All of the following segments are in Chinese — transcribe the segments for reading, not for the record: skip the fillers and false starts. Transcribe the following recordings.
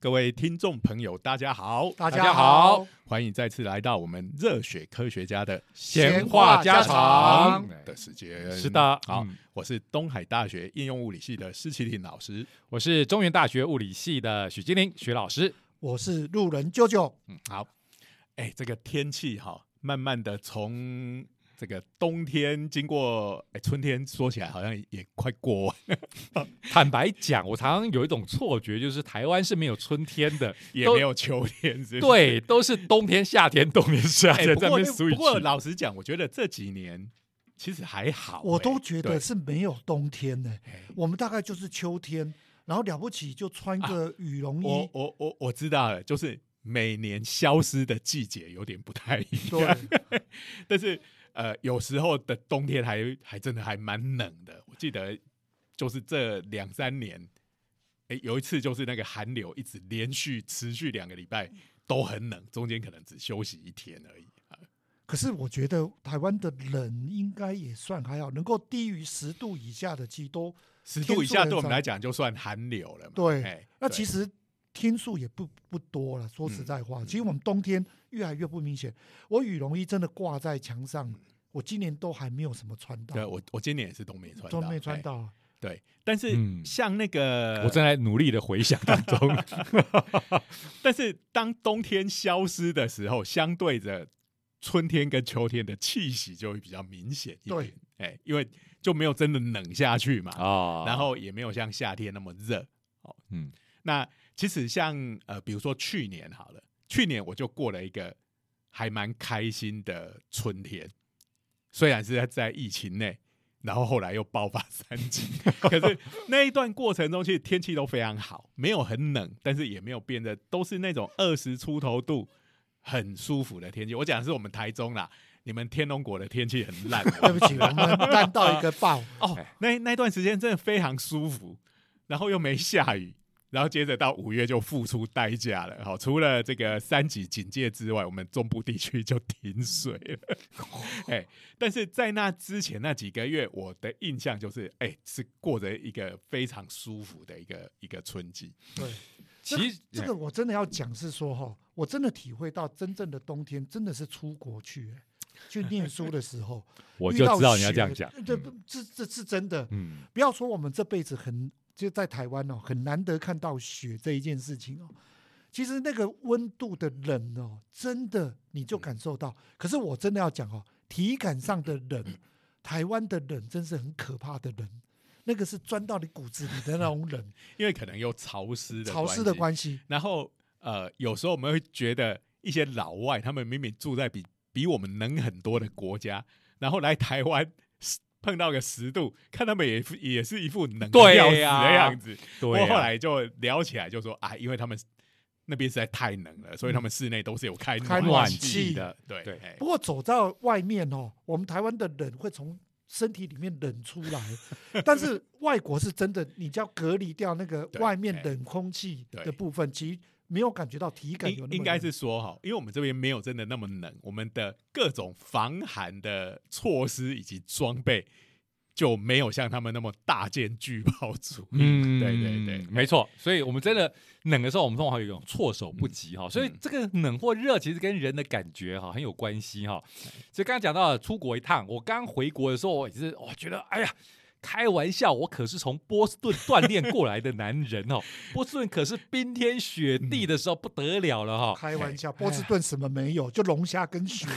各位听众朋友，大家好， 大家好， 欢迎再次来到我们热血科学家的闲话家常的时间。 是的， 好，我是东海大学应用物理系的施启廷老师， 我是中原大学物理系的许金玲许老师， 我是路人啾啾。 好，这个天气慢慢的从这个冬天经过，春天说起来好像也快过完。 坦白讲，我常常有一种错觉，就是台湾是没有春天的， 也没有秋天是不是， 对，都是冬天、夏天、冬天、夏天在那边 switch。 不过老实讲，我觉得这几年其实还好， 我都觉得是没有冬天的，我们大概就是秋天，然后了不起就穿个羽绒衣。 我知道了，就是每年消失的季节有点不太一样，但是有时候的冬天还真的还蛮冷的。我记得就是这2-3年，有一次就是那个寒流一直连续持续2个礼拜都很冷，中间可能只休息1天而已。 可是我觉得台湾的冷应该也算还好，能够低于10度以下的气都 10度以下对我们来讲就算寒流了嘛。 对，那其实天数也不多了。说实在话，其实我们冬天越来越不明显。我羽绒衣真的挂在墙上，我今年都还没有什么穿到。 对，我今年也是都没穿到。对，但是像那个， 我正在努力的回想当中。 但是当冬天消失的时候，相对着春天跟秋天的气息就会比较明显一点。对，因为就没有真的冷下去嘛，然后也没有像夏天那么热。那其实像比如说去年好了，去年我就过了一个还蛮开心的春天，虽然是在疫情内。然后后来又爆发3级，可是那一段过程中，其实天气都非常好，没有很冷，但是也没有变得都是那种20出头度，很舒服的天气。我讲的是我们台中啦，你们天龙国的天气很烂。 对不起，我们烂到一个爆。 那段时间真的非常舒服，然后又没下雨。然后接着到5月就付出代价了，除了这个3级警戒之外，我们中部地区就停水了。但是在那之前那几个月，我的印象就是是过着一个非常舒服的一个春季。 对，其实这个我真的要讲是说我真的体会到真正的冬天真的是出国去念书的时候， 我就知道你要这样讲。 这是真的。不要说我们这辈子就在台湾很难得看到雪这一件事情其实那个温度的冷真的你就感受到。可是我真的要讲体感上的冷，台湾的冷真是很可怕的冷，那个是钻到你骨子里的那种冷， 因为可能有潮湿的关系。 然后有时候我们会觉得一些老外他们明明住在比我们冷很多的国家，然后来台湾。碰到个10度，看他们也是一副冷得要死的样子。我后来就聊起来，就说因为他们那边实在太冷了，所以他们室内都是有开暖气的。对。 不过走到外面我们台湾的冷会从身体里面冷出来，但是外国是真的，你就要隔离掉那个外面冷空气的部分，其实没有感觉到体感有那么冷。 应该是说因为我们这边没有真的那么冷，我们的各种防寒的措施以及装备就没有像他们那么大件巨炮主义。对， 没错。所以我们真的冷的时候，我们通常有一种措手不及所以这个冷或热其实跟人的感觉很有关系所以刚刚讲到出国一趟，我刚回国的时候，我也是觉得开玩笑，我可是从波士顿锻炼过来的男人波士顿可是冰天雪地的时候不得了了开玩笑，波士顿什么没有，就龙虾跟雪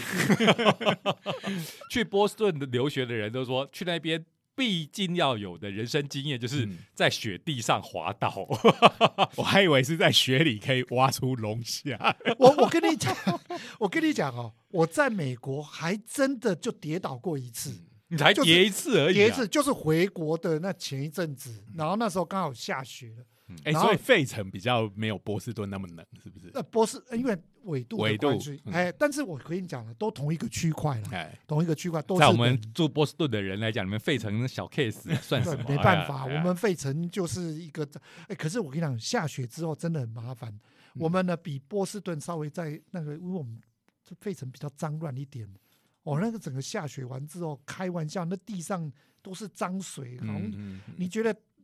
去波士顿的留学的人都说，去那边必经要有的人生经验就是在雪地上滑倒。 我还以为是在雪里可以挖出龙虾。 我跟你讲我在美国还真的就跌倒过一次。 你才跌一次而已跌一次就是回国的那前一阵子，然后那时候刚好下雪了。 所以费城比较没有波士顿那么冷，是不是？ 因为纬度的关系，但是我跟你讲了，都同一个区块了，同一个区块都是。 在我们住波士顿的人来讲，你们费城小 case 算什么？ 没办法，我们费城就是一个。可是我跟你讲，下雪之后真的很麻烦。我们呢比波士顿稍微在那个，因为我们费城比较脏乱一点。那个整个下雪完之后，开玩笑，那地上都是脏水，好像你觉得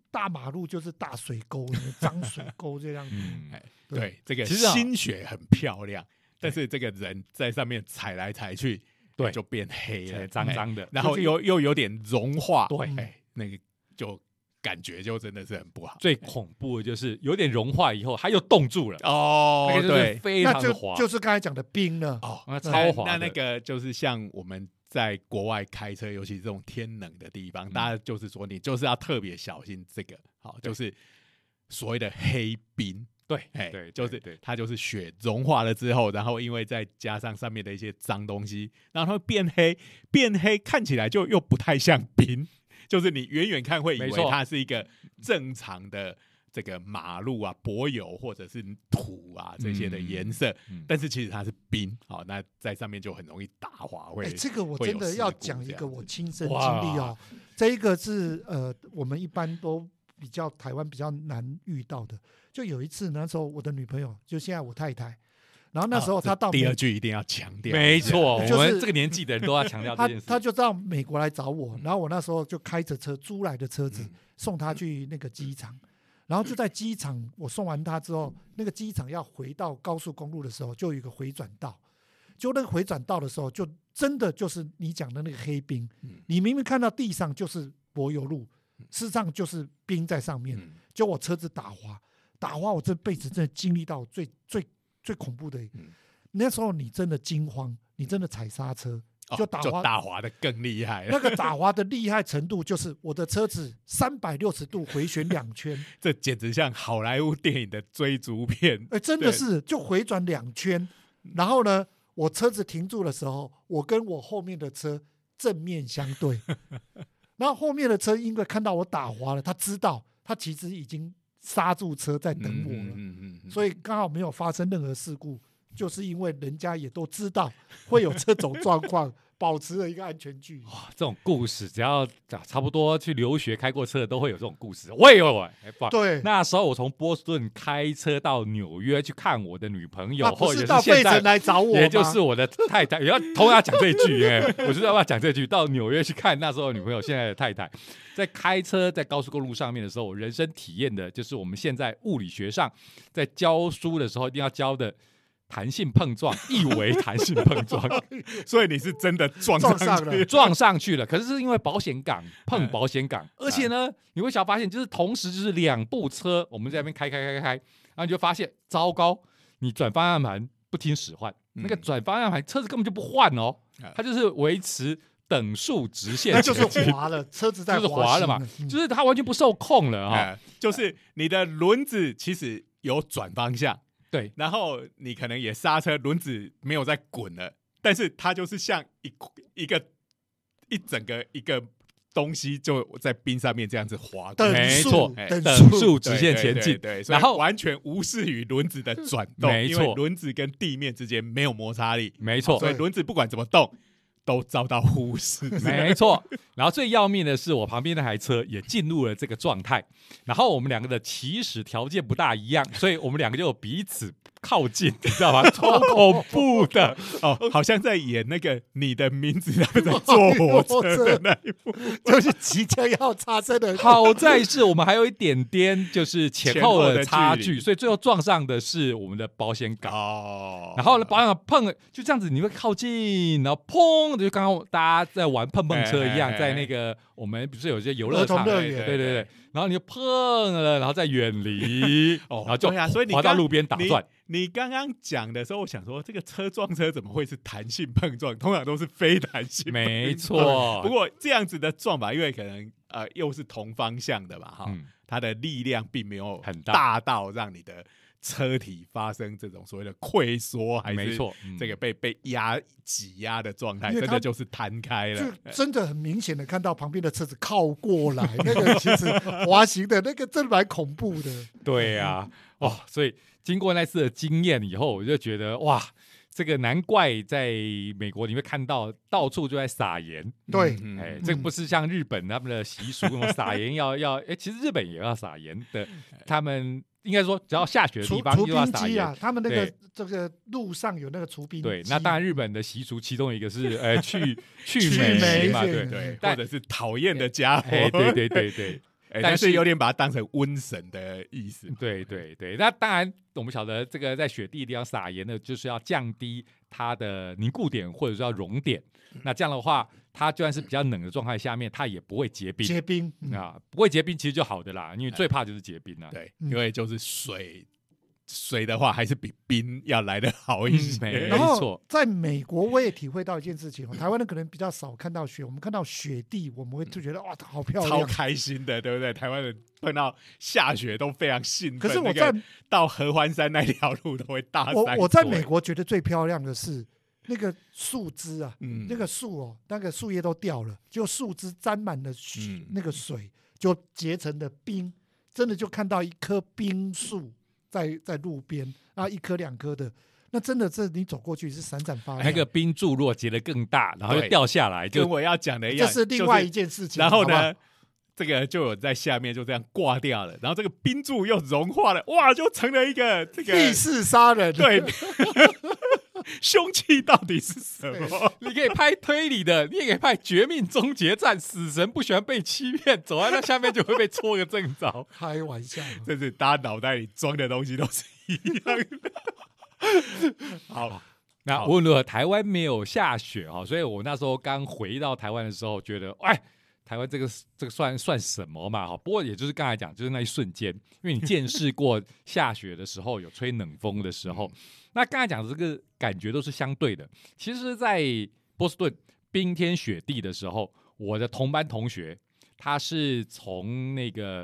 大马路就是大水沟，脏水沟这样子。 对，这个其实新雪很漂亮，但是这个人在上面踩来踩去， 对， 就变黑了， 脏脏的， 然后又有点融化， 对， 那个就感觉就真的是很不好。 最恐怖的就是有点融化以后，它又冻住了哦， 那个就是非常的滑， 就是刚才讲的冰了超滑的。 那个就是像我们在国外开车，尤其这种天冷的地方，大家就是说你就是要特别小心这个，好，就是所谓的黑冰。 对， 就是它就是雪融化了之后，然后因为再加上上面的一些脏东西，然后它会变黑，看起来就又不太像冰，就是你远远看会以为它是一个正常的这个马路啊、柏油或者是土啊这些的颜色，但是其实它是冰，好，那在上面就很容易打滑。 这个我真的要讲一个我亲身经历哦，这一个是我们一般都台湾比较难遇到的。就有一次，那时候我的女朋友，就现在我太太，然后那时候她到第二句一定要强调， 没错，我们这个年纪的人都要强调这件事。 她就到美国来找我，然后我那时候就开着车租来的车子送她去那个机场，然后就在机场我送完她之后，那个机场要回到高速公路的时候，就有一个回转道，就那个回转道的时候，就真的就是你讲的那个黑冰，你明明看到地上就是柏油路，事实上就是冰在上面，就我车子打滑，我这辈子真的经历到最恐怖的。那时候你真的惊慌，你真的踩刹车，就打滑的更厉害了。 那个打滑的厉害程度，就是我的车子360度回旋2圈， 这简直像好莱坞电影的追逐片。 真的是就回转2圈，然后呢，我车子停住的时候，我跟我后面的车正面相对，然后后面的车因为看到我打滑了，他知道他其实已经刹住车在等我了，所以刚好没有发生任何事故，就是因为人家也都知道会有这种状况，保持了一个安全距离。 这种故事只要差不多去留学开过车的都会有这种故事。我也有对， 那时候我从波士顿开车到纽约去看我的女朋友， 不是到费城来找我吗？ 也就是我的太太，也要同样讲这句，我知道要讲这句。到纽约去看那时候女朋友现在的太太，在开车在高速公路上面的时候，我人生体验的就是我们现在物理学上在教书的时候一定要教的弹性碰撞，一维弹性碰撞。 所以你是真的撞上去了，可是是因为保险杠碰保险杠，而且呢，你会发现就是同时就是2部车，我们在那边开，然后你就发现糟糕，你转方向盘不听使唤，那个转方向盘车子根本就不换哦，它就是维持等速直线， 那就是滑了，车子在就是滑了嘛，就是它完全不受控了就是你的轮子其实有转方向。 对， 然后你可能也刹车，轮子没有在滚了，但是它就是像一整个东西就在冰上面这样子滑， 没错，等速直线前进， 对，然后完全无视于轮子的转动， 没错， 因为轮子跟地面之间没有摩擦力， 没错， 所以轮子不管怎么动都遭到忽视， 没错。然后最要命的是，我旁边那台车也进入了这个状态，然后我们2个的起始条件不大一样，所以我们2个就彼此靠近，你知道吗？超恐怖的好像在演那个你的名字，他们在坐火车的那一部， 就是即将要擦身的。 好在是我们还有一点点就是前后的差距，所以最后撞上的是我们的保险杆然后呢，保险杆碰就这样子，你会靠近，然后砰，就刚刚大家在玩碰车一样，在那个我们不是有些游乐场，对，然后你就碰了，然后再远离，然后就滑到路边打转。 你刚刚讲的时候，我想说这个车撞车怎么会是弹性碰撞？通常都是非弹性碰撞。 没错， 不过这样子的撞法，因为可能又是同方向的嘛，它的力量并没有很大到让你的车体发生这种所谓的溃缩，还是这个被挤压的状态，真的就是弹开了， 就真的很明显的看到旁边的车子靠过来，那个其实滑行的那个真的蛮恐怖的。 对啊，所以经过那次的经验以后，我就觉得哇，这个难怪在美国你会看到到处就在撒盐。 对， 这个不是像日本他们的习俗，撒盐要其实日本也要撒盐的，他们应该说只要下雪的地方就要撒盐他们那个这个路上有那个除冰机。 对，那当然日本的习俗其中一个是去霉嘛， 对，或者是讨厌的家伙。 对。 但是有点把它当成瘟神的意思。 对对对，那当然我们晓得这个在雪地地方撒盐呢，就是要降低它的凝固点或者说要熔点。那这样的话，它就算是比较冷的状态下面，它也不会结冰。 结冰不会结冰其实就好的啦，因为最怕就是结冰啊。 对，因为就是水的话，还是比冰要来得好一些。 然后在美国，我也体会到一件事情，台湾人可能比较少看到雪，我们看到雪地，我们会就觉得哇，好漂亮， 超开心的，对不对？台湾人碰到下雪都非常兴奋。 可是我在到合欢山那条路都会大塞。 我在美国觉得最漂亮的是那个树枝啊，那个树那个树叶都掉了，就树枝沾满了那个水，就结成的冰，真的就看到一棵冰树。在路边啊，一颗两颗的，那真的这你走过去是闪闪发亮。 那个冰柱如果结得更大，然后又掉下来， 跟我要讲的一样， 这是另外一件事情。 然后呢， 好好这个就有在下面就这样挂掉了，然后这个冰柱又融化了，哇，就成了一个这个密室杀人。 对。凶器到底是什么？ 你可以拍推理的，你也可以拍绝命终结战，死神不喜欢被欺骗，走在那下面就会被戳个正着。 开玩笑， 真是大家脑袋里装的东西都是一样的。好， 那无论如何，台湾没有下雪所以我那时候刚回到台湾的时候，觉得台湾这个算什么嘛？不过也就是刚才讲，就是那一瞬间，因为你见识过下雪的时候，有吹冷风的时候，那刚才讲的这个感觉都是相对的。其实，在波士顿冰天雪地的时候，我的同班同学，他是从那个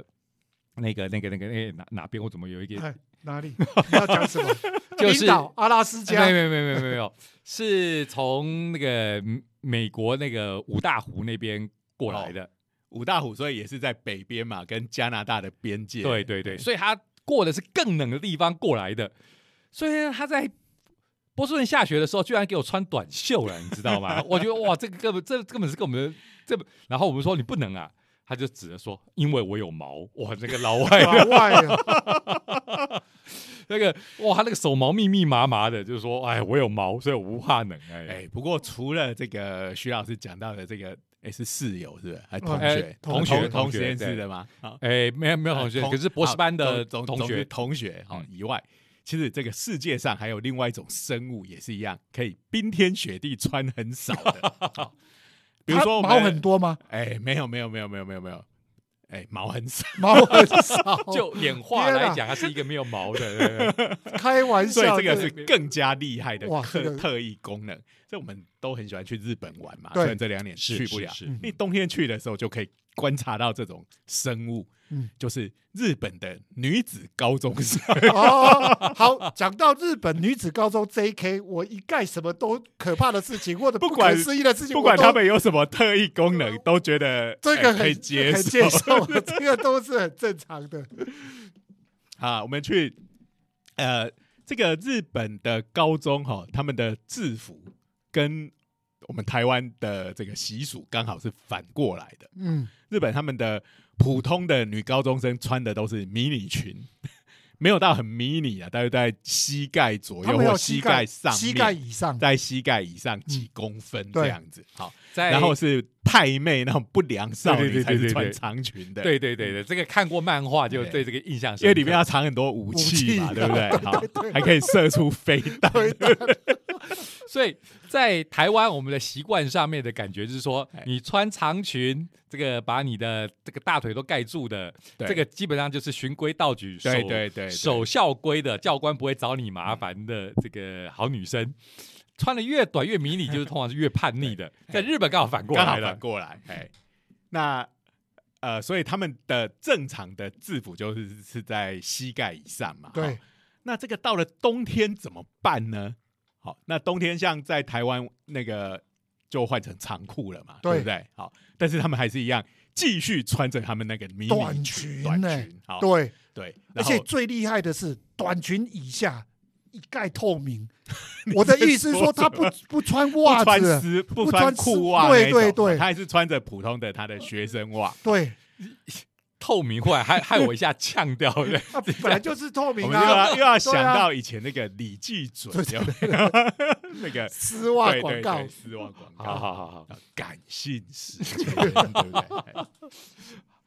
哪边？我怎么有一个哪里？你要讲什么？ 就是阿拉斯加？ 没有，是从那个美国那个五大湖那边过来的。 五大湖，所以也是在北边嘛，跟加拿大的边界。 对对对，所以他过的是更冷的地方过来的。所以他在波士顿下雪的时候，居然给我穿短袖了，你知道吗？我觉得哇，这根本是跟我们然后我们说你不能啊，他就指着说，因为我有毛。哇，那个老外啊，那个哇，他那个手毛密密麻麻的，就是说，我有毛，所以我不怕冷。 不过除了这个徐老师讲到的这个。是室友是不是？还同学同实验室的吗？ 没有同学，可是博士班的同学以外，其实这个世界上还有另外一种生物也是一样，可以冰天雪地穿很少的。比如说毛很多吗？ 没有，毛很少， 就演化来讲，它是一个没有毛的。 开玩笑， 所以这个是更加厉害的特异功能。所以我们都很喜欢去日本玩嘛，虽然这2年去不了，你冬天去的时候就可以观察到这种生物，就是日本的女子高中生。 好，讲到日本女子高中 JK， 我一概什么都可怕的事情或者不可思议的事情， 不管他们有什么特异功能，都觉得这个可以接受， 这个都是很正常的。 我们去这个日本的高中他们的制服跟我们台湾的这个习俗刚好是反过来的。日本他们的普通的女高中生穿的都是迷你裙，没有到很迷你大概在膝盖左右或膝盖上面， 膝盖以上， 在膝盖以上几公分这样子。好， 然后是太妹那种不良少女才是穿长裙的。 对，这个看过漫画就对这个印象深刻， 因为里面要藏很多武器嘛，对不对？好，还可以射出飞弹。 所以在台湾，我们的习惯上面的感觉就是说，你穿长裙，这个把你的这个大腿都盖住的，这个基本上就是循规蹈矩、守校规的，教官不会找你麻烦的这个好女生。穿的越短越迷你，就是通常是越叛逆的。在日本刚好反过来了， 那所以他们的正常的制服就是在膝盖以上嘛。 对， 那这个到了冬天怎么办呢？好，那冬天像在台湾那个就换成长裤了嘛，对不对？好，但是他们还是一样继续穿着他们那个迷你短裙。 好，对， 而且最厉害的是短裙以下一概透明。我的意思是说，他不穿袜子， 不穿裤袜， 对， 他还是穿着普通的他的学生袜。 对。 透明会害我一下呛掉的， 本来就是透明我们又要想到以前那个李济准那个丝袜广告， 丝袜广告， 好， 感性时间，对不对？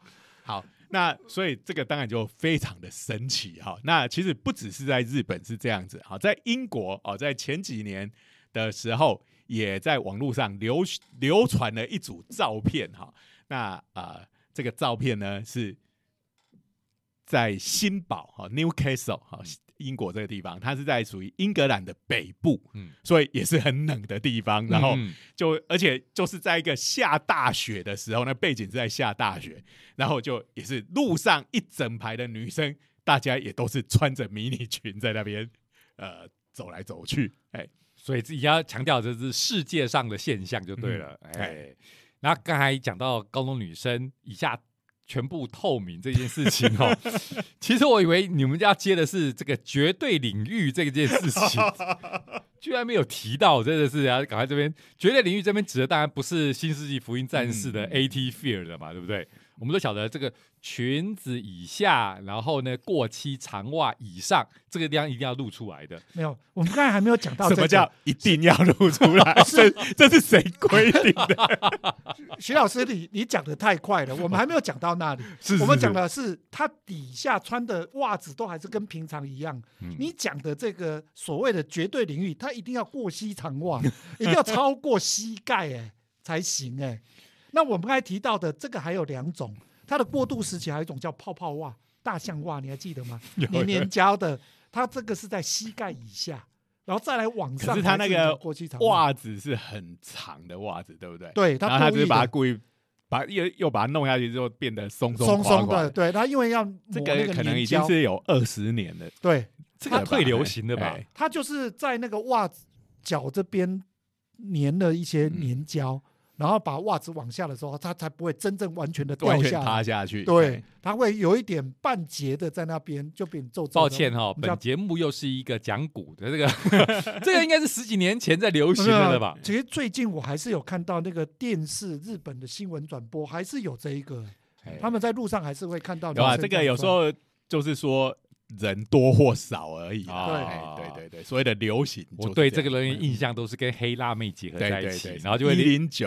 好，那所以这个当然就非常的神奇哈。那其实不只是在日本是这样子，好，在英国哦，在前几年的时候，也在网络上流传了一组照片哈。那这个照片呢是在新堡哈 Newcastle 哈。英国这个地方，它是在属于英格兰的北部，所以也是很冷的地方。然后而且就是在一个下大雪的时候，那背景是在下大雪，然后就也是路上一整排的女生，大家也都是穿着迷你裙在那边走来走去， 所以自己要强调这是世界上的现象就对了，然后刚才讲到高中女生以下全部透明这件事情哦，其实我以为你们要接的是这个绝对领域这件事情，居然没有提到，真的是要赶快这边绝对领域这边指的当然不是新世纪福音战士的 AT Field 嘛，对不对？我们都晓得这个裙子以下，然后呢过膝长袜以上，这个地方一定要露出来的。 没有，我们刚才还没有讲到、 什么叫一定要露出来？这是谁规定的？ 徐老师，你讲的太快了，我们还没有讲到那里。我们讲的是他底下穿的袜子都还是跟平常一样。你讲的这个所谓的绝对领域，他一定要过膝长袜，一定要超过膝盖才行那我们刚才提到的这个还有2种，它的过渡时期还有一种叫泡泡袜、大象袜，你还记得吗？黏黏胶的，它这个是在膝盖以下，然后再来往上。 可是它那个袜子是很长的袜子，对不对？ 对， 然后他只是把它故意又把它弄下去之后变得松松的。对，它因为要这个可能已经是有20年了。 对， 这个最流行的吧？ 它就是在那个袜子脚这边粘了一些粘胶。然后把袜子往下的时候，它才不会真正完全的掉下来， 完全塌下去。 对，它会有一点半截的在那边，就变皱皱。 抱歉本节目又是一个讲古的这个，这个应该是10几年前在流行的了吧？ 其实最近我还是有看到那个电视日本的新闻转播，还是有这一个，他们在路上还是会看到。 有啊，这个有时候就是说。人多或少而已对，所谓的流行， 我对这个人印象都是跟黑辣妹结合在一起，然后就会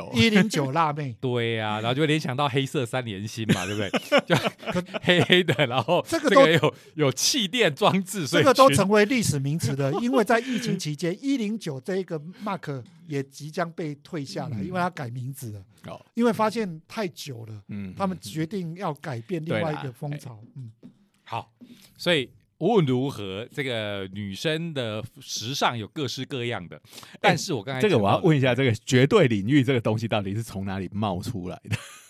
109辣妹， 对啊，然后就会联想到黑色3连星嘛，对不对？就黑黑的，然后这个有气垫装置，所以这个都成为历史名词的。因为在疫情期间，109这一个 mark 也即将被退下来，因为它改名字了。因为发现太久了，他们决定要改变另外一个风潮。 好，所以无论如何，这个女生的时尚有各式各样的，但是我刚才这个我要问一下，这个绝对领域这个东西到底是从哪里冒出来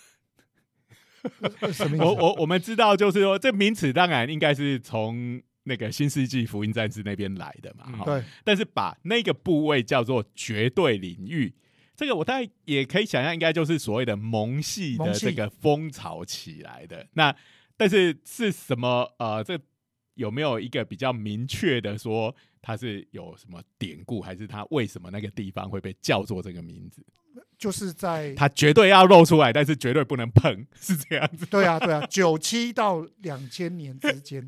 的？ 什么我们知道，就是说这名词当然应该是从那个新世纪福音战士那边来的嘛， 对。但是把那个部位叫做绝对领域，这个我大概也可以想象，应该就是所谓的萌系的这个风潮起来的。那但是什么这有没有一个比较明确的说它是有什么典故，还是它为什么那个地方会被叫做这个名字？ 就是在它绝对要露出来，但是绝对不能碰，是这样子。 对啊，97到2000年之间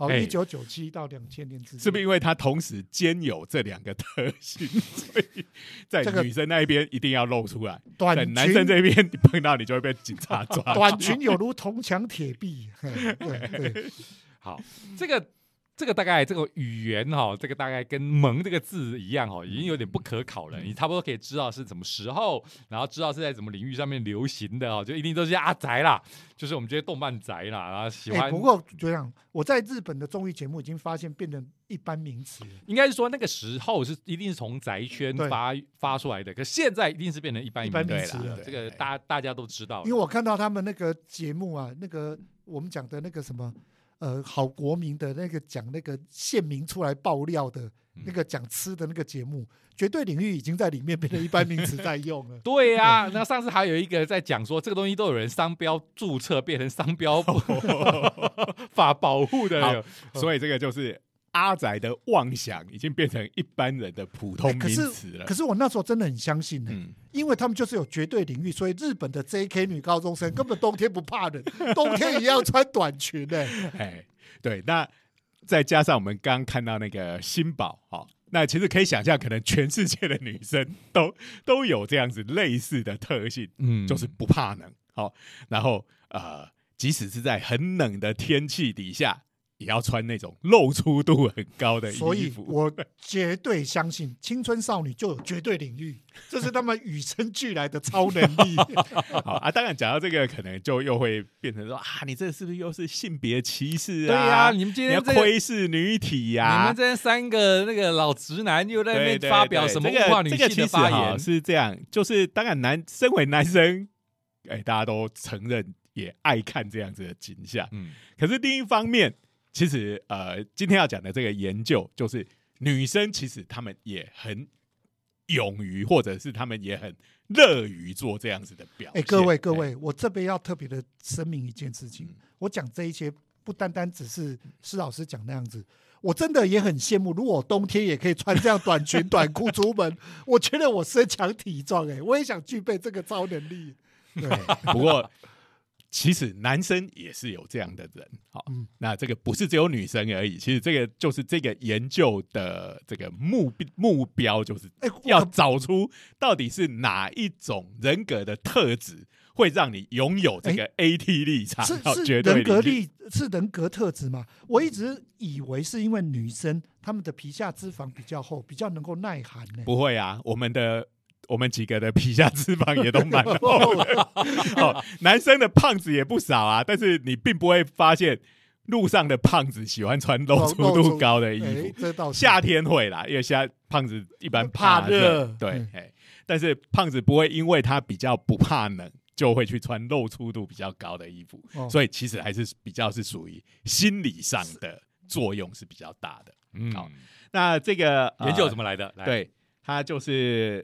，1997到2000年之间， 是不是因为它同时兼有这2个特性，所以在女生那一边一定要露出来，在男生这边你碰到你就会被警察抓。 短裙有如铜墙铁壁。对， 好，这个大概这个语言这个大概跟萌这个字一样已经有点不可考了。你差不多可以知道是什么时候，然后知道是在什么领域上面流行的就一定都是阿宅啦，就是我们这些动漫宅啦，然后喜欢。 不过就这样，我在日本的综艺节目已经发现变成一般名词了。 应该是说那个时候是一定是从宅圈发出来的，可现在一定是变成一般名词了。这个大家都知道。 因为我看到他们那个节目啊，那个我们讲的那个什么。好国民的那个讲那个县民出来爆料的那个讲吃的那个节目，绝对领域已经在里面变成一般名词在用了。 对啊，那上次还有一个在讲说这个东西都有人商标注册变成商标法保护的， 所以这个就是阿宅的妄想已经变成一般人的普通名词了。 可是我那时候真的很相信因为他们就是有绝对领域，所以日本的 JK 女高中生根本冬天不怕冷，冬天一样穿短裙对，那再加上我们刚刚看到那个新堡那其实可以想象，可能全世界的女生都有这样子类似的特性，就是不怕冷然后即使是在很冷的天气底下，也要穿那种露出度很高的衣服。 所以我绝对相信青春少女就有绝对领域，这是他们与生俱来的超能力。 好啊，当然讲到这个，可能就又会变成说啊，你这是不是又是性别歧视啊？ 对呀，你们今天你要窥视女体呀？ 你们这三个那个老直男又在那边发表什么物化女性的发言？ 是这样，就是当然身为男生，大家都承认也爱看这样子的景象。可是另一方面，其实今天要讲的这个研究，就是女生其实她们也很勇于，或者是她们也很乐于做这样子的表现。 各位，我这边要特别的声明一件事情，我讲这一些不单单只是施老师讲那样子，我真的也很羡慕，如果我冬天也可以穿这样短裙短裤出门，我觉得我身强体壮，我也想具备这个超能力。对， 不过其实男生也是有这样的人，好，那这个不是只有女生而已。其实这个就是这个研究的这个目标，就是要找出到底是哪一种人格的特质会让你拥有这个 AT 立场， 是人格特质吗？我一直以为是因为女生她们的皮下脂肪比较厚，比较能够耐寒呢。 不会啊，我们几个的皮下脂肪也都蛮厚的男生的胖子也不少啊，但是你并不会发现路上的胖子喜欢穿露出度高的衣服。夏天会啦，因为现在胖子一般怕热，对，但是胖子不会因为他比较不怕冷，就会去穿露出度比较高的衣服，所以其实还是比较是属于心理上的作用是比较大的。好，那这个研究怎么来的？ 对，他就是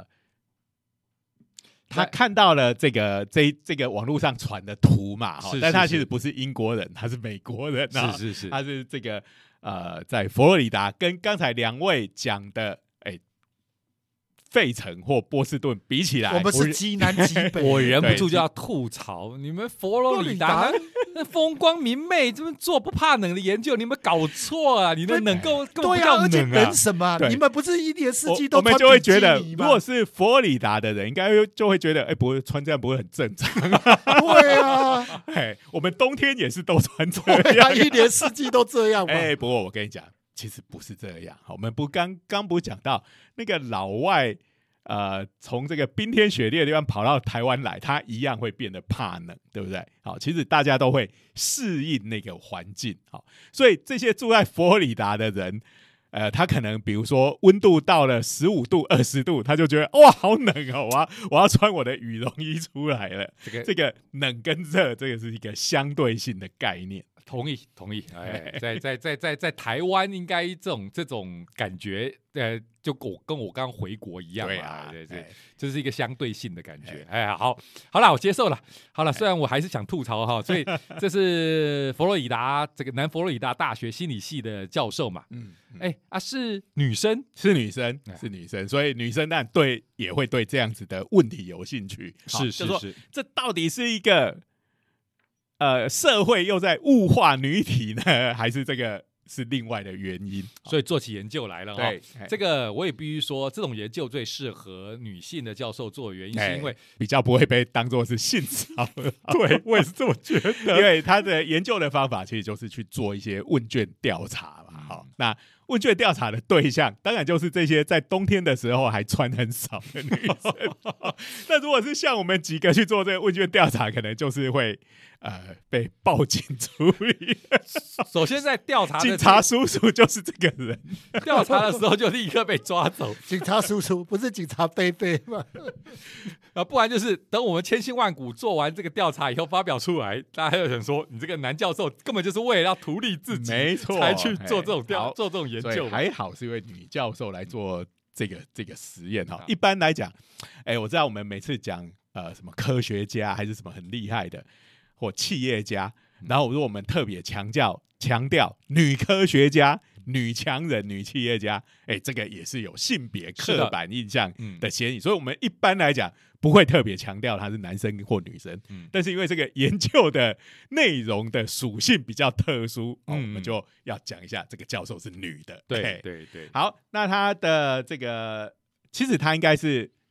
他看到了这个网络上传的图嘛，但他其实不是英国人，他是美国人， 是， 他是这个在佛罗里达，跟刚才两位讲的费城或波士顿比起来， 我们是极南极北。 我忍不住就要吐槽，你们佛罗里达那风光明媚，这么做不怕冷的研究，你们搞错啊！你的冷根本不叫冷啊！ 而且冷什么？你们不是一年四季都穿我们就会觉得，如果是佛罗里达的人，应该就会觉得，不会穿这样不会很正常？ 对啊， 我们冬天也是都穿这样， 一年四季都这样嘛。 不过我跟你讲，其实不是这样。我们刚不是讲到那个老外，从这个冰天雪地的地方跑到台湾来，他一样会变得怕冷，对不对？好，其实大家都会适应那个环境。好，所以这些住在佛罗里达的人，他可能比如说温度到了15度、20度，他就觉得哇好冷哦，我要穿我的羽绒衣出来了。这个冷跟热，这个是一个相对性的概念。 同意。在台湾应该这种感觉，就跟我刚回国一样嘛，对，这是一个相对性的感觉。好啦，我接受了。好了，虽然我还是想吐槽哈，所以这是佛罗里达这个南佛罗里达大学心理系的教授嘛，是女生， 是女生，所以女生当然也会对这样子的问题有兴趣。 是， 这到底是一个社会又在物化女体呢，还是这个是另外的原因？ 所以做起研究来了哈。这个我也必须说，这种研究最适合女性的教授做的原因，是因为比较不会被当作是性骚扰。 对，我也是这么觉得。 因为他的研究的方法其实就是去做一些问卷调查嘛。好，那问卷调查的对象当然就是这些在冬天的时候还穿很少的女生。那如果是像我们几个去做这个问卷调查，可能就是会被报警处理。 首先在调查的警察叔叔就是这个人， 调查的时候就立刻被抓走。 警察叔叔不是警察贝贝吗？ 不然就是等我们千辛万苦做完这个调查以后发表出来，大家就想说你这个男教授根本就是为了要图利自己， 没错， 才去做这种做这种研究。 还好是因为女教授来做这个实验哈。一般来讲，我知道我们每次讲什么科学家还是什么很厉害的或企业家，然后如果我们特别强调女科学家、女强人、女企业家，这个也是有性别刻板印象的嫌疑，所以我们一般来讲不会特别强调他是男生或女生。但是因为这个研究的内容的属性比较特殊，我们就要讲一下这个教授是女的。 对， 好，那他的这个其实他应该是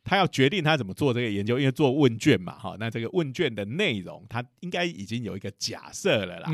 他要决定他怎么做这个研究，因为做问卷嘛，那这个问卷的内容他应该已经有一个假设了啦。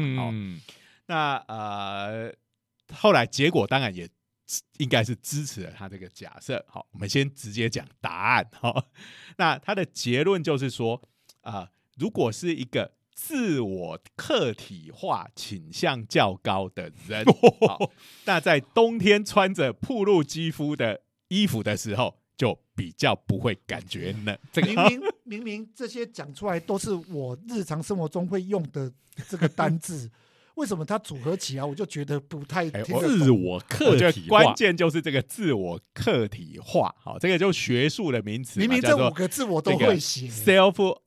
那后来结果当然也应该是支持了他这个假设。好，我们先直接讲答案。那他的结论就是说，如果是一个自我客体化倾向较高的人，那在冬天穿着暴露肌肤的衣服的时候，就比较不会感觉冷。 明明这些讲出来都是我日常生活中会用的这个单字。为什么它组合起来我就觉得不太听得懂？ 自我客体化，关键就是这个自我客体化。好，这个就学术的名词， 明明这5个字我都会写。 self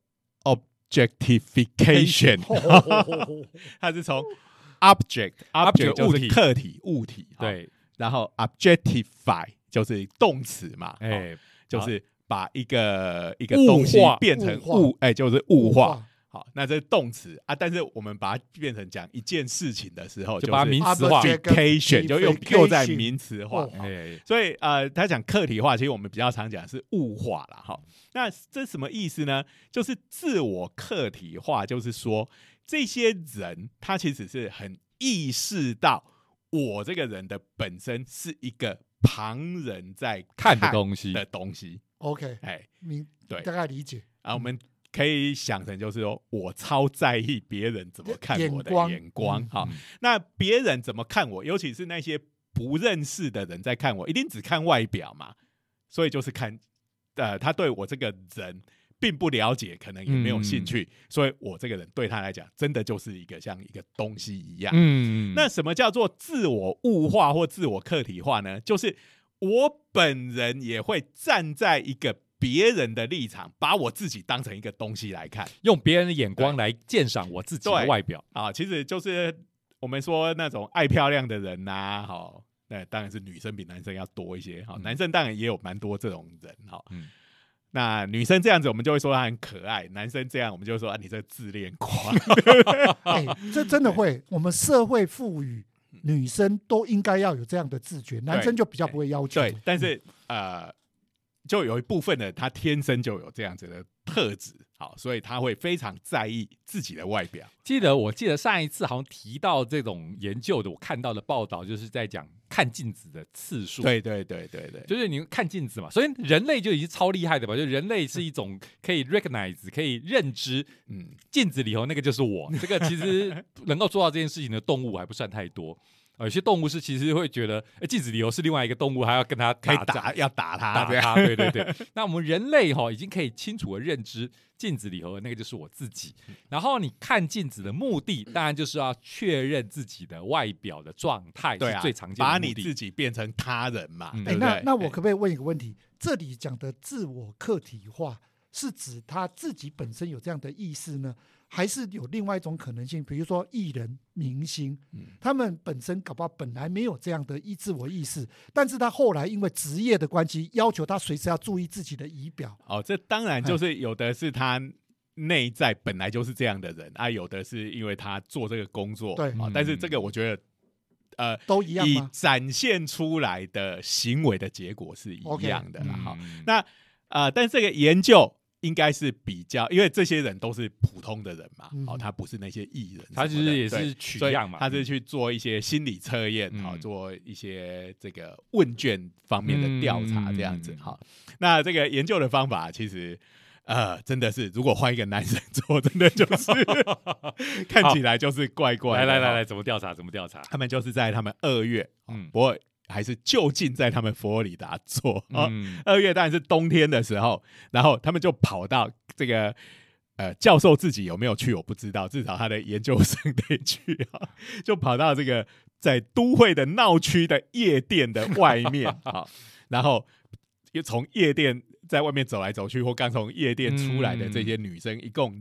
objectification， 它是从 object 就是客体物体， 对， 然后 objectify 就是动词嘛，就是把一个东西变成物，就是物化。好，那这是动词啊，但是我们把它变成讲一件事情的时候， 就把它名词化 ，objectification 就又在名词化。所以他讲客体化，其实我们比较常讲是物化啦。哈，那这什么意思呢？就是自我客体化，就是说这些人他其实是很意识到我这个人的本身是一在旁人在看的东西。 OK， 对，大概理解啊，我们可以想成就是说我超在意别人怎么看我的眼光。好，那别人怎么看我，尤其是那些不认识的人在看我，一定只看外表嘛，所以就是看他对我这个人并不了解，可能也没有兴趣，所以我这个人对他来讲真的就是像一个东西一样。那什么叫做自我物化或自我客体化呢？就是我本人也会站在一个别人的立场，把我自己当成一个东西来看， 用别人的眼光来鉴赏我自己的外表啊。其实就是我们说那种爱漂亮的人呐，那当然是女生比男生要多一些。男生当然也有蛮多这种人。那女生这样子，我们就会说她很可爱；男生这样，我们就会说你这自恋狂。 这真的会，我们社会赋予女生都应该要有这样的自觉，男生就比较不会要求。 对，但是就有一部分的他天生就有这样子的特质，好，所以他会非常在意自己的外表。 我记得上一次好像提到这种研究的，我看到的报道就是在讲看镜子的次数。 对， 就是你看镜子嘛，所以人类就已经超厉害的吧？就人类是一种可以 recognize 可以认知，镜子里头那个就是我。这个其实能够做到这件事情的动物还不算太多。有些动物是其实会觉得镜子里头是另外一个动物，还要跟他要打他。 对。那我们人类已经可以清楚的认知镜子里头的那个就是我自己。然后你看镜子的目的当然就是要确认自己的外表的状态，是最常见的目的， 把你自己变成他人嘛，对不对？ 那我可不可以问一个问题？这里讲的自我客体化是指他自己本身有这样的意识呢，还是有另外一种可能性？比如说艺人、明星，他们本身搞不好本来没有这样的自我意识，但是他后来因为职业的关系，要求他随时要注意自己的仪表。 这当然就是有的是他内在本来就是这样的人啊，有的是因为他做这个工作。 对， 但是这个我觉得都一样吗？ 以展现出来的行为的结果是一样的啦。那但这个研究应该是比较，因为这些人都是普通的人嘛，他不是那些艺人， 他其实也是取样嘛， 他是去做一些心理测验，做一些这个问卷方面的调查这样子。那这个研究的方法其实真的是，如果换一个男生做，真的就是看起来就是怪怪的。 来，怎么调查？ 他们就是在他们2月，不过还是就近在他们佛罗里达做。2月当然是冬天的时候，然后他们就跑到这个教授自己有没有去我不知道，至少他的研究生得去就跑到这个在都会的闹区的夜店的外面然后又从夜店在外面走来走去，或刚从夜店出来的这些女生，一共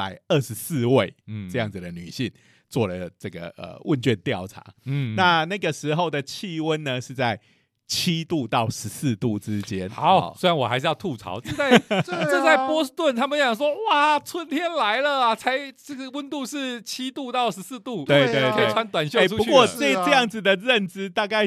224位这样子的女性，做了这个问卷调查。那个时候的气温呢是在7度到14度之间。 好，虽然我还是要吐槽，这在波士顿，他们想说哇，春天来了啊，才这个温度是7度到14度， 对， 可以穿短袖出去。 不过这样子的认知大概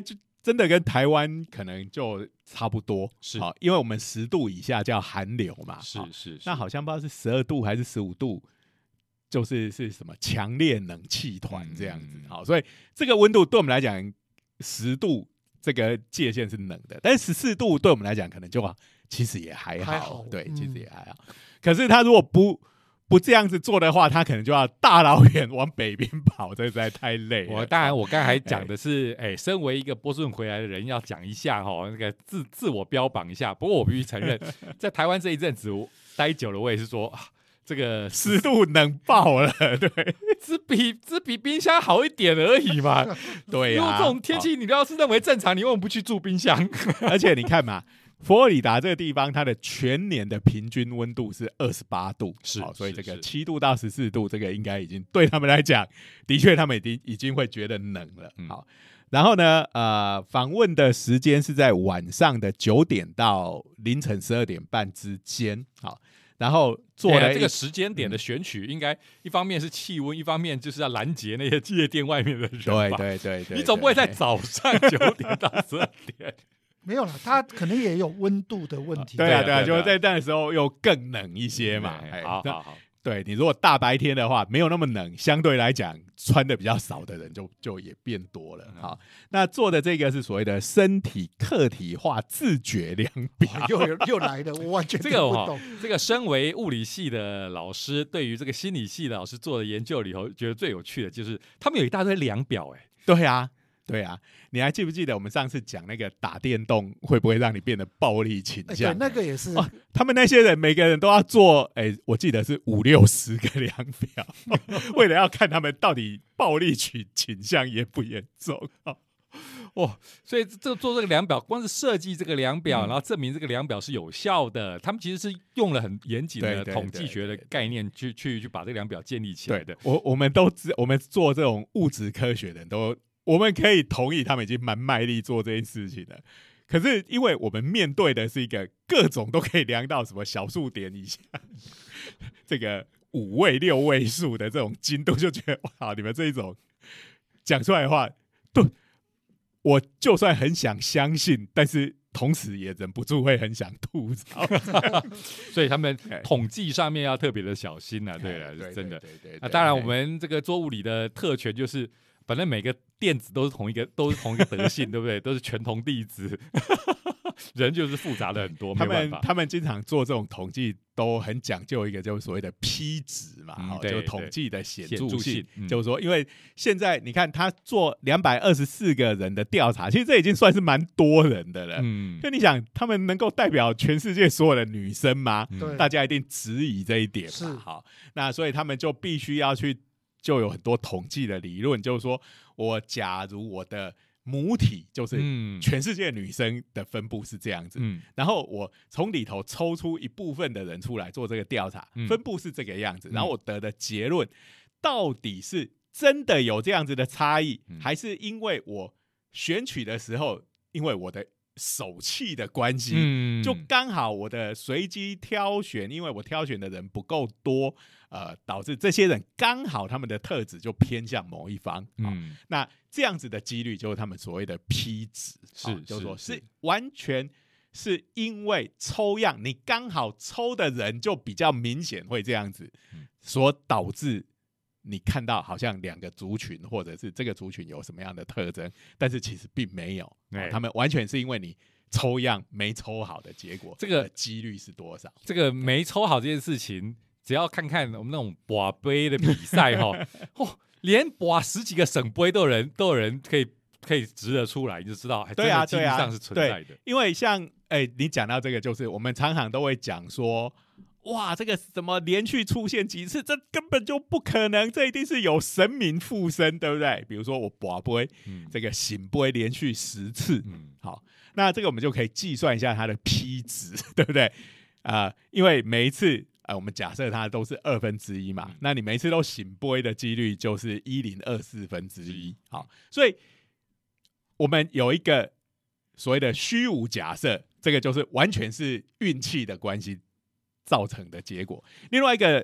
真的跟台湾可能就差不多， 是因为我们10度以下叫寒流嘛， 是， 那好像不知道是12度还是15度，就是什么强烈冷气团这样子，好，所以这个温度对我们来讲，10度这个界限是冷的，但是14度对我们来讲可能就其实也还好，对，其实也还好。可是他如果不这样子做的话，他可能就要大老远往北边跑，这实在太累了。 当然，我刚才讲的是，身为一个波士顿回来的人，要讲一下那个自我标榜一下。不过我必须承认，在台湾这一阵子待久了，我也是说，这个湿度冷爆了，对， 只比冰箱好一点而已嘛。 对因为这种天气，你要是认为正常，你为什么不去住冰箱？ 而且你看嘛。佛罗里达这个地方，它的全年的平均温度是28度，所以这个7度到14度，这个应该已经对他们来讲，的确他们已经会觉得冷了。好，然后呢，访问的时间是在晚上的9点到凌晨12点半之间。好，然后做了这个时间点的选取，应该一方面是气温，一方面就是要拦截那些夜店外面的人吧。 对， 你总不会在早上9点到12点。 没有了，它可能也有温度的问题。 对啊，就在那时候又更冷一些嘛。 好， 对，你如果大白天的话，没有那么冷，相对来讲穿的比较少的人就也变多了。好，那做的这个是所谓的身体客体化自觉量表， 又来了，我完全听不懂。 这个身为物理系的老师，对于这个心理系的老师做的研究里头，觉得最有趣的就是他们有一大堆量表。 对啊，你还记不记得我们上次讲那个打电动会不会让你变得暴力倾向？ 对，那个也是。 他们那些人每个人都要做，我记得是50-60个量表，为了要看他们到底暴力倾向严不严重。 所以做这个量表，光是设计这个量表，然后证明这个量表是有效的，他们其实是用了很严谨的统计学的概念去把这个量表建立起来的。 我们做这种物质科学的人我们可以同意他们已经蛮卖力做这件事情了。可是因为我们面对的是一个各种都可以量到什么小数点以下，这个5位6位数的这种精度，就觉得哇，你们这一种讲出来的话，对。我就算很想相信，但是同时也忍不住会很想吐槽。 所以他们统计上面要特别的小心啊。对，真的。那当然，我们这个做物理的特权就是，反正每个电子都是同一个德性，对不对？都是全同弟子。人就是复杂的很多， 他们经常做这种统计都很讲究一个就是所谓的 P 值嘛，就统计的显著性，就是说，因为现在你看他做224个人的调查，其实这已经算是蛮多人的了。就你想，他们能够代表全世界所有的女生吗？大家一定质疑这一点嘛。好，那所以他们就必须要就有很多统计的理论，就是说假如我的母体就是全世界女生的分布是这样子，然后我从里头抽出一部分的人出来做这个调查，分布是这个样子，然后我得的结论到底是真的有这样子的差异，还是因为我选取的时候，因为我的手气的关系，就刚好我的随机挑选，因为我挑选的人不够多，导致这些人刚好他们的特质就偏向某一方。那这样子的几率就是他们所谓的 P 值，就是说是完全是因为抽样，你刚好抽的人就比较明显会这样子，所导致你看到好像两个族群，或者是这个族群有什么样的特征，但是其实并没有，他们完全是因为你抽样没抽好的结果，这个几率是多少？ 这个没抽好这件事情，只要看看我们那种拔杯的比赛连拔10几个省杯都有人可以指得出来，你就知道，对啊，几率上是存在的。 因为像你讲到这个，就是我们常常都会讲说，哇，这个怎么连续出现几次，这根本就不可能，这一定是有神明附身，对不对？比如说我拔杯，这个醒杯连续10次，好，那这个我们就可以计算一下它的 P 值，对不对？因为每一次我们假设它都是1/2嘛，那你每一次都醒杯的几率就是1024分之一，好，所以我们有一个所谓的虚无假设，这个就是完全是运气的关系造成的结果。另外一个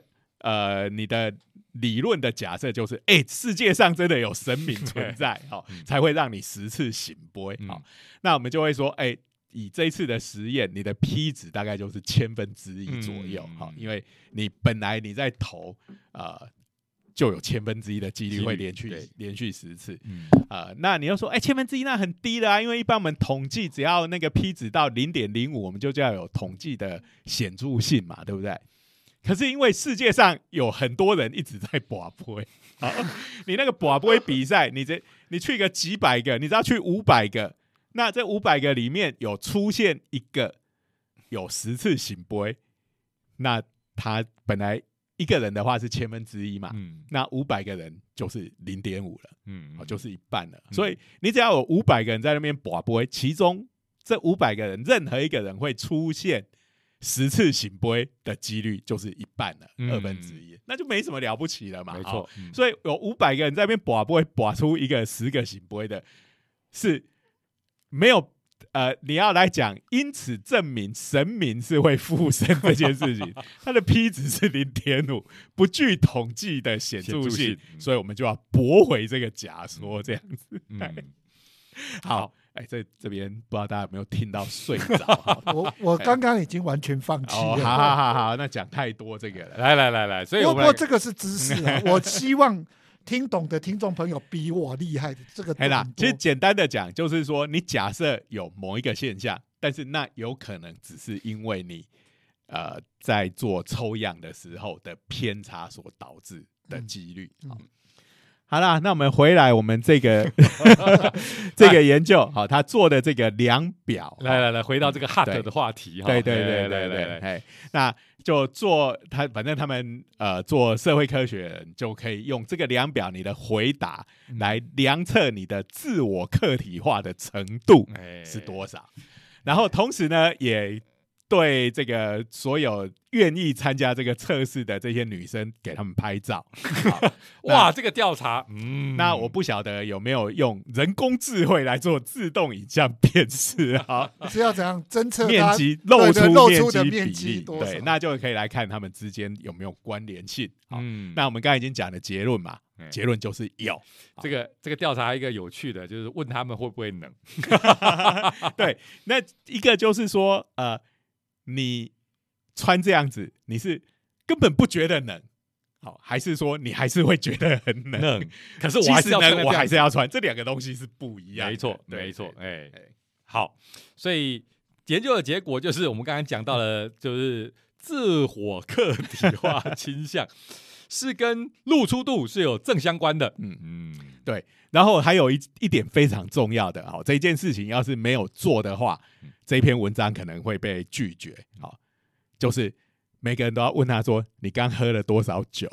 你的理论的假设就是，世界上真的有神明存在，才会让你10次醒杯。那我们就会说，以这一次的实验，你的 P 值大概就是1/1000左右，因为你本来你在投就有1/1000的几率会连续10次。那你又说，1/1000那很低了啊，因为一般我们统计只要那个 P 值到0.05，我们就叫有统计的显著性嘛，对不对？可是因为世界上有很多人一直在拔杯，你那个拔杯比赛，你去个几百个，你只要去500个，那这500个里面有出现一个有10次醒杯，那他本来一个人的话是1/1000嘛，那500个人就是0.5了，就是一半了。所以你只要有500个人在那边拔杯，其中这500个人任何一个人会出现10次醒杯的几率就是一半了，1/2，那就没什么了不起了嘛。 没错， 所以有500个人在那边拔杯，拔出一个10个醒杯的，是没有。你要来讲，因此证明神明是会附身这件事情，它的 P 值是0.5，不具统计的显著性，所以我们就要驳回这个假说，这样子。好，这边不知道大家有没有听到睡着？ 我刚刚已经完全放弃了。 好，那讲太多这个了。 来，所以不过这个是知识啊，我希望听懂的听众朋友比我厉害的这个其实简单的讲，就是说你假设有某一个现象，但是那有可能只是因为你在做抽样的时候的偏差所导致的几率。好啦，那我们回来我们这个这个研究，他做的这个量表， 来回到这个 HART 的话题。 对，那就做反正他们做社会科学人就可以用这个量表，你的回答来量测你的自我客体化的程度是多少，然后同时呢也对这个所有愿意参加这个测试的这些女生给他们拍照。 哇，这个调查， 那我不晓得有没有用人工智慧来做自动影像辨识啊？ 是要怎样侦测面积露出的面积积多少？ 对，那就可以来看他们之间有没有关联性。那我们刚才已经讲了结论嘛，结论就是有。 这个调查一个有趣的，就是问他们会不会冷。 对，那一个就是说你穿这样子，你是根本不觉得冷，还是说你还是会觉得很冷？ 可是我还是要穿， 我还是要穿，这两个东西是不一样的。 没错。好，所以研究的结果就是我们刚才讲到了，就是自我客体化倾向是跟露出度是有正相关的。 对。然后还有一点非常重要的，这件事情要是没有做的话，这篇文章可能会被拒绝。就是每个人都要问他说：“你刚喝了多少酒？”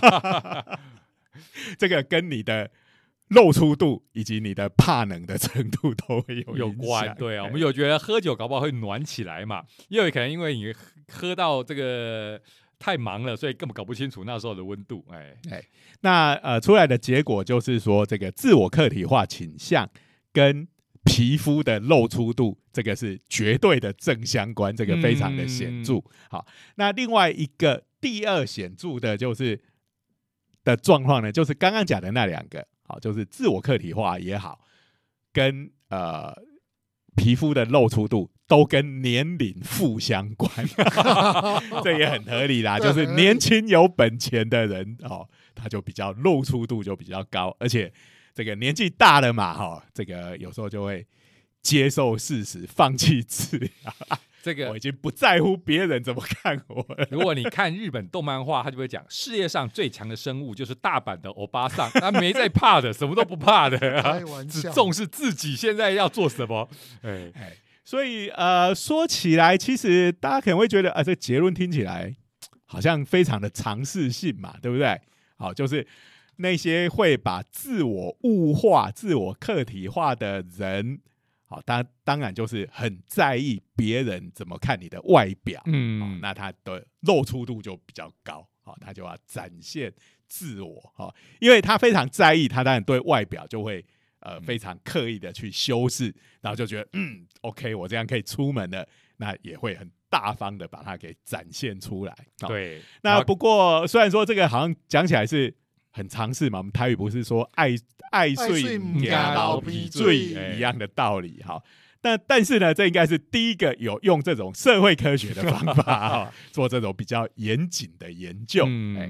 这个跟你的露出度以及你的怕冷的程度都会有关。 对啊，我们有觉得喝酒搞不好会暖起来嘛，也有可能因为你喝到这个太忙了，所以根本搞不清楚那时候的温度。 那出来的结果就是说，这个自我客体化倾向跟皮肤的露出度，这个是绝对的正相关，这个非常的显著。好，那另外一个第二显著的就是的状况呢，就是刚刚讲的那两个，就是自我客体化也好，跟皮肤的露出度都跟年龄负相关。这也很合理啦，就是年轻有本钱的人他就比较露出度就比较高，而且这个年纪大了嘛，这个有时候就会接受事实，放弃治疗。 这个我已经不在乎别人怎么看我了。 如果你看日本动漫画，他就会讲世界上最强的生物就是大阪的欧巴桑，他没在怕的，什么都不怕的，只重视自己现在要做什么。 所以说起来，其实大家可能会觉得这结论听起来好像非常的常识性嘛，对不对？就是那些会把自我物化、自我客体化的人，当然就是很在意别人怎么看你的外表，那他的露出度就比较高，他就要展现自我，因为他非常在意，他当然对外表就会非常刻意的去修饰，然后就觉得OK， 我这样可以出门了，那也会很大方的把它给展现出来。 对， 那不过虽然说这个好像讲起来是很常识嘛，我们台语不是说爱睡不怕流鼻水一样的道理哈。但是呢，这应该是第一个有用这种社会科学的方法做这种比较严谨的研究。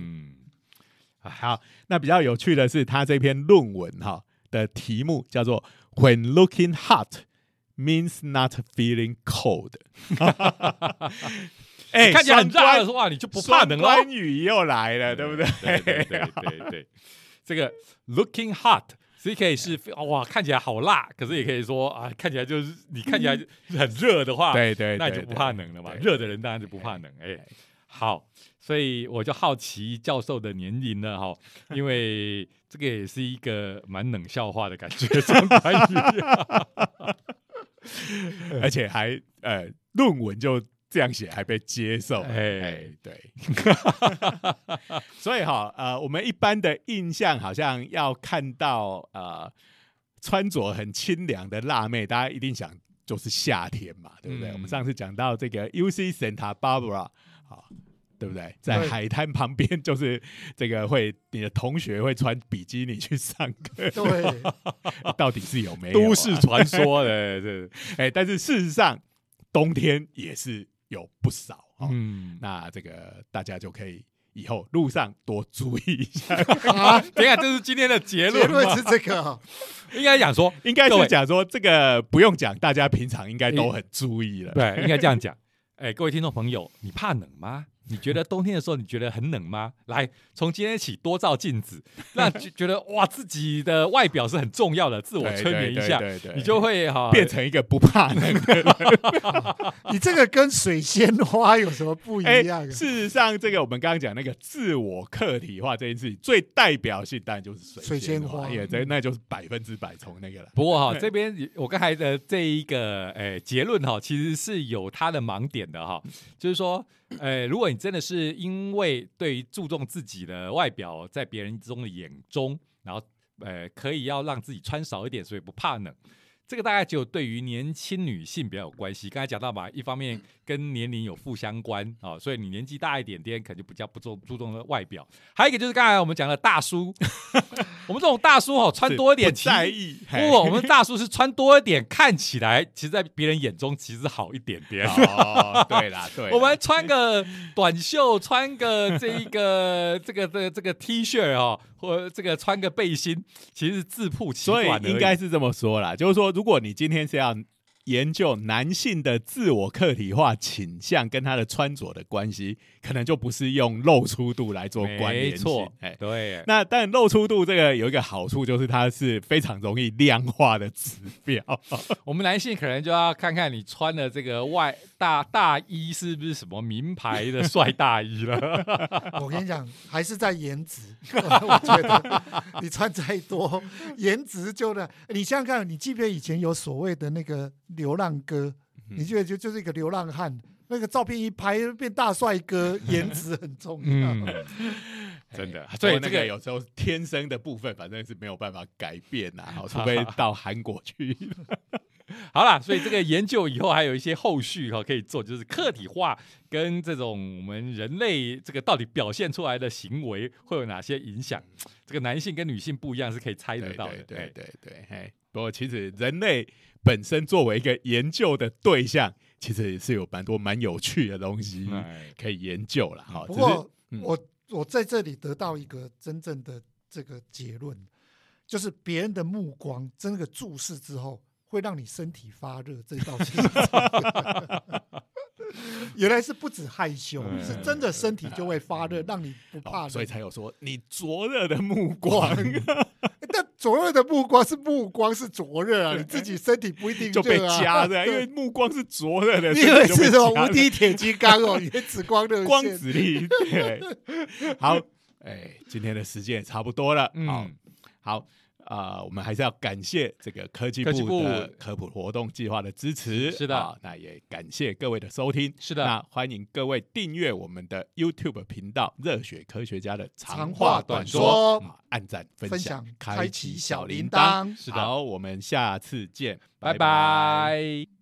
好，那比较有趣的是，他这篇论文的题目叫做 "When looking hot means not feeling cold"。 看起来很热的话，你就不怕冷了。 关语又来了，对不对？ 对，这个 looking hot。所以可以是哇，看起来好辣，可是也可以说啊，看起来就是你看起来很热的话， 对， 那你就不怕冷了嘛。热的人当然就不怕冷。好，所以我就好奇教授的年龄了哈，因为这个也是一个蛮冷笑话的感觉， 而且还论文就这样写还被接受，对，所以我们一般的印象好像要看到穿着很清凉的辣妹，大家一定想就是夏天嘛，对不对？我们上次讲到这个 UC Santa Barbara 对不对？在海滩旁边，就是这个你的同学会穿比基尼去上课， 对， 到底是有没有？ 都市传说的， 但是事实上冬天也是有不少那这个大家就可以以后路上多注意一下。 等一下，这是今天的结论吗？ 结论是这个， 应该讲说这个不用讲，大家平常应该都很注意了。 对，应该这样讲。各位听众朋友，你怕冷吗？你觉得冬天的时候你觉得很冷吗？来，从今天起多照镜子，让觉得哇，自己的外表是很重要的，自我催眠一下，你就会变成一个不怕冷的人。 你这个跟水仙花有什么不一样？ 事实上，这个我们刚刚讲那个自我客体化这件事情，最代表性当然就是水仙花，那就是100%从那个了。 不过这边我刚才的这一个结论其实是有它的盲点的就是说。如果你真的是因为对于注重自己的外表在别人中的眼中，然后可以要让自己穿少一点，所以不怕冷，这个大概只有对于年轻女性比较有关系。刚才讲到嘛，一方面跟年龄有负相关所以你年纪大一点点，可能就比较不注重外表。还有一个就是刚才我们讲的大叔，我们这种大叔穿多一点不在意， 我们大叔是穿多一点，看起来其实在别人眼中其实好一点点。 对啦， 我们穿个短袖，穿个这个 T 恤或这个穿个背心，其实是自曝其短而已。 所以应该是这么说啦，就是说，如果你今天是要研究男性的自我客体化倾向跟他的穿着的关系，可能就不是用露出度来做关联性。没错， 对。 那但露出度这个有一个好处，就是它是非常容易量化的指标。 我们男性可能就要看看你穿的这个大衣是不是什么名牌的帅大衣了。 我跟你讲，还是在颜值。我觉得你穿再多，颜值你想想看，你即便以前有所谓的那个流浪哥，你觉得就是一个流浪汉，那个照片一拍变大帅哥，颜值很重要。 真的，所以这个有时候天生的部分反正是没有办法改变除非到韩国去。 好啦，所以这个研究以后还有一些后续可以做，就是客体化跟这种我们人类这个到底表现出来的行为会有哪些影响？这个男性跟女性不一样是可以猜得到的。 对。不过其实人类本身作为一个研究的对象，其实是有蛮有趣的东西可以研究了。 不过我在这里得到一个真正的这个结论，就是别人的目光真的注视之后，会让你身体发热，这道题原来是不止害羞，是真的身体就会发热，让你不怕冷， 所以才有说你灼热的目光。 但灼热的目光是目光是灼热啊，你自己身体不一定就被加热，因为目光是灼热的， 你以为是什么无敌铁金刚原子光热线光子力。好，今天的时间也差不多了。好。我们还是要感谢这个科技部的科普活动计划的支持。 是的， 那也感谢各位的收听。 是的， 那欢迎各位订阅我们的 YouTube 频道“热血科学家的长话短说”，按赞分享，开启小铃铛。 是的， 好，我们下次见， 拜拜。